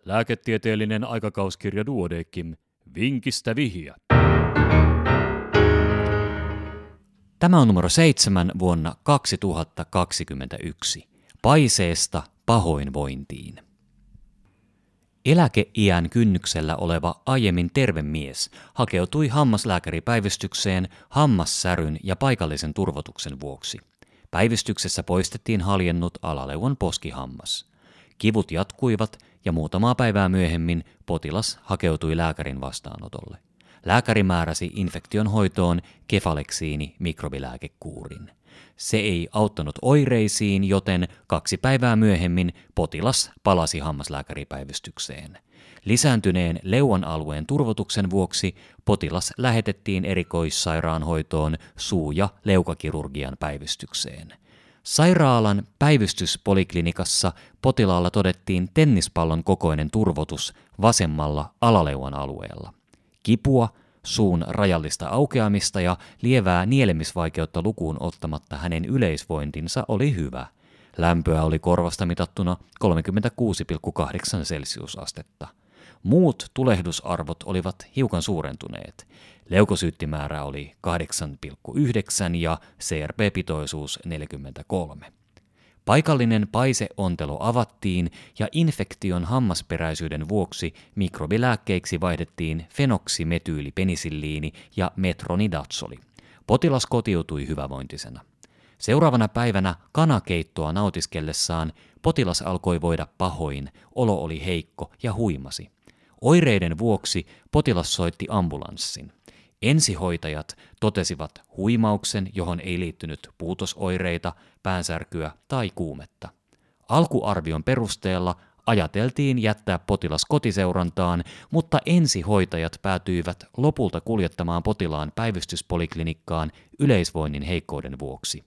Lääketieteellinen aikakauskirja Duodeckim. Vinkistä vihja. Tämä on numero 7 vuonna 2021. Paiseesta pahoinvointiin. Eläkeiän kynnyksellä oleva aiemmin terve mies hakeutui hammaslääkäripäivystykseen hammassäryn ja paikallisen turvotuksen vuoksi. Päivystyksessä poistettiin haljennut alaleuan poskihammas. Kivut jatkuivat ja muutamaa päivää myöhemmin potilas hakeutui lääkärin vastaanotolle. Lääkäri määräsi infektion hoitoon kefaleksiini-mikrobilääkekuurin. Se ei auttanut oireisiin, joten 2 päivää myöhemmin potilas palasi hammaslääkäripäivystykseen. Lisääntyneen leuan alueen turvotuksen vuoksi potilas lähetettiin erikoissairaanhoitoon suu- ja leukakirurgian päivystykseen. Sairaalan päivystyspoliklinikassa potilaalla todettiin tennispallon kokoinen turvotus vasemmalla alaleuan alueella. Kipua, suun rajallista aukeamista ja lievää nielemisvaikeutta lukuun ottamatta hänen yleisvointinsa oli hyvä. Lämpöä oli korvasta mitattuna 36,8 celsiusastetta. Muut tulehdusarvot olivat hiukan suurentuneet. Leukosyyttimäärä oli 8,9 ja CRP-pitoisuus 43. Paikallinen paiseontelo avattiin ja infektion hammasperäisyyden vuoksi mikrobilääkkeiksi vaihdettiin fenoksimetyylipenisiliini ja metronidatsoli. Potilas kotiutui hyvävointisena. Seuraavana päivänä kanakeittoa nautiskellessaan potilas alkoi voida pahoin, olo oli heikko ja huimasi. Oireiden vuoksi potilas soitti ambulanssin. Ensihoitajat totesivat huimauksen, johon ei liittynyt puutosoireita, päänsärkyä tai kuumetta. Alkuarvion perusteella ajateltiin jättää potilas kotiseurantaan, mutta ensihoitajat päätyivät lopulta kuljettamaan potilaan päivystyspoliklinikkaan yleisvoinnin heikkouden vuoksi.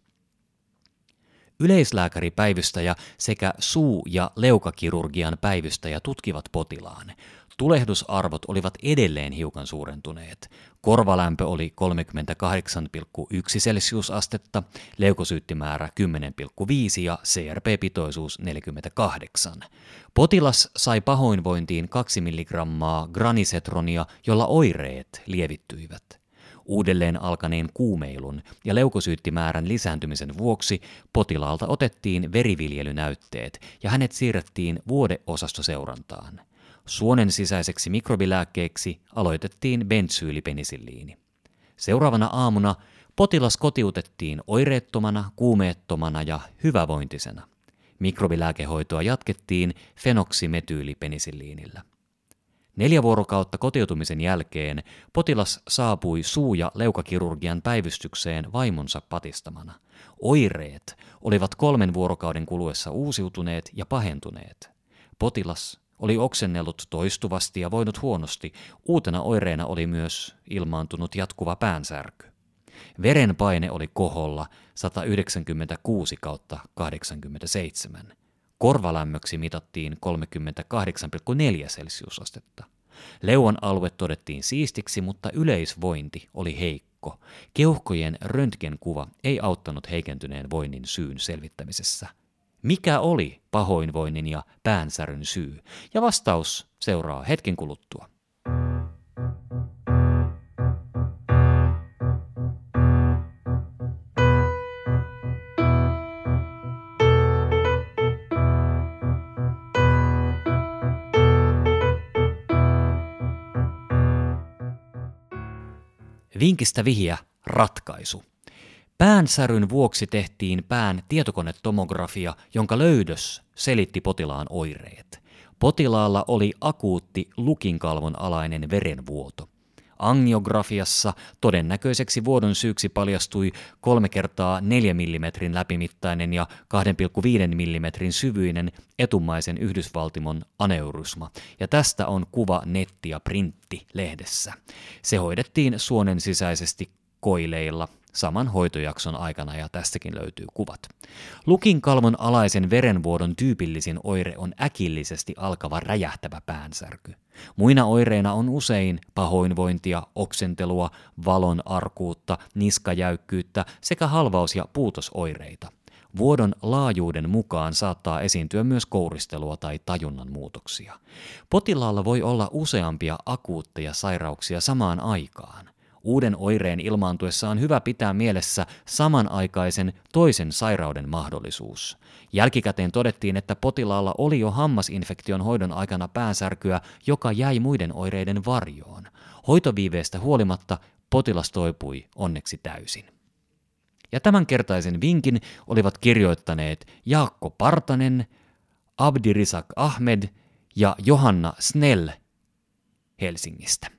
Yleislääkäripäivystäjä sekä suu- ja leukakirurgian päivystäjä tutkivat potilaan. Tulehdusarvot olivat edelleen hiukan suurentuneet. Korvalämpö oli 38,1 celsiusastetta, leukosyyttimäärä 10,5 ja CRP-pitoisuus 48. Potilas sai pahoinvointiin 2 milligrammaa granisetronia, jolla oireet lievittyivät. Uudelleen alkaneen kuumeilun ja leukosyyttimäärän lisääntymisen vuoksi potilaalta otettiin veriviljelynäytteet ja hänet siirrettiin vuodeosastoseurantaan. Suonen sisäiseksi mikrobilääkkeeksi aloitettiin bentsyylipenisiliini. Seuraavana aamuna potilas kotiutettiin oireettomana, kuumeettomana ja hyvävointisena. Mikrobilääkehoitoa jatkettiin fenoksimetyylipenisiliinillä. 4 vuorokautta kotiutumisen jälkeen potilas saapui suu- ja leukakirurgian päivystykseen vaimonsa patistamana. Oireet olivat 3 vuorokauden kuluessa uusiutuneet ja pahentuneet. Potilas oli oksennellut toistuvasti ja voinut huonosti. Uutena oireena oli myös ilmaantunut jatkuva päänsärky. Verenpaine oli koholla 196/87. Korvalämmöksi mitattiin 38,4 celsiusastetta. Leuan alue todettiin siistiksi, mutta yleisvointi oli heikko. Keuhkojen röntgenkuva ei auttanut heikentyneen voinnin syyn selvittämisessä. Mikä oli pahoinvoinnin ja päänsäryn syy? Ja vastaus seuraa hetken kuluttua. Vinkistä vihja, ratkaisu. Päänsäryn vuoksi tehtiin pään tietokonetomografia, jonka löydös selitti potilaan oireet. Potilaalla oli akuutti lukinkalvon alainen verenvuoto. Angiografiassa todennäköiseksi vuodon syyksi paljastui 3x4 mm läpimittainen ja 2,5 mm syvyinen etumaisen yhdysvaltimon aneurysma, ja tästä on kuva netti- ja printti-lehdessä. Se hoidettiin suonen sisäisesti koileilla saman hoitojakson aikana, ja tästäkin löytyy kuvat. Lukinkalvon alaisen verenvuodon tyypillisin oire on äkillisesti alkava räjähtävä päänsärky. Muina oireina on usein pahoinvointia, oksentelua, valon arkuutta, niskajäykkyyttä sekä halvaus- ja puutosoireita. Vuodon laajuuden mukaan saattaa esiintyä myös kouristelua tai tajunnan muutoksia. Potilaalla voi olla useampia akuutteja sairauksia samaan aikaan. Uuden oireen ilmaantuessa on hyvä pitää mielessä samanaikaisen toisen sairauden mahdollisuus. Jälkikäteen todettiin, että potilaalla oli jo hammasinfektion hoidon aikana päänsärkyä, joka jäi muiden oireiden varjoon. Hoitoviiveestä huolimatta potilas toipui onneksi täysin. Ja tämänkertaisen vinkin olivat kirjoittaneet Jaakko Partanen, Abdirizak Ahmed ja Johanna Snell Helsingistä.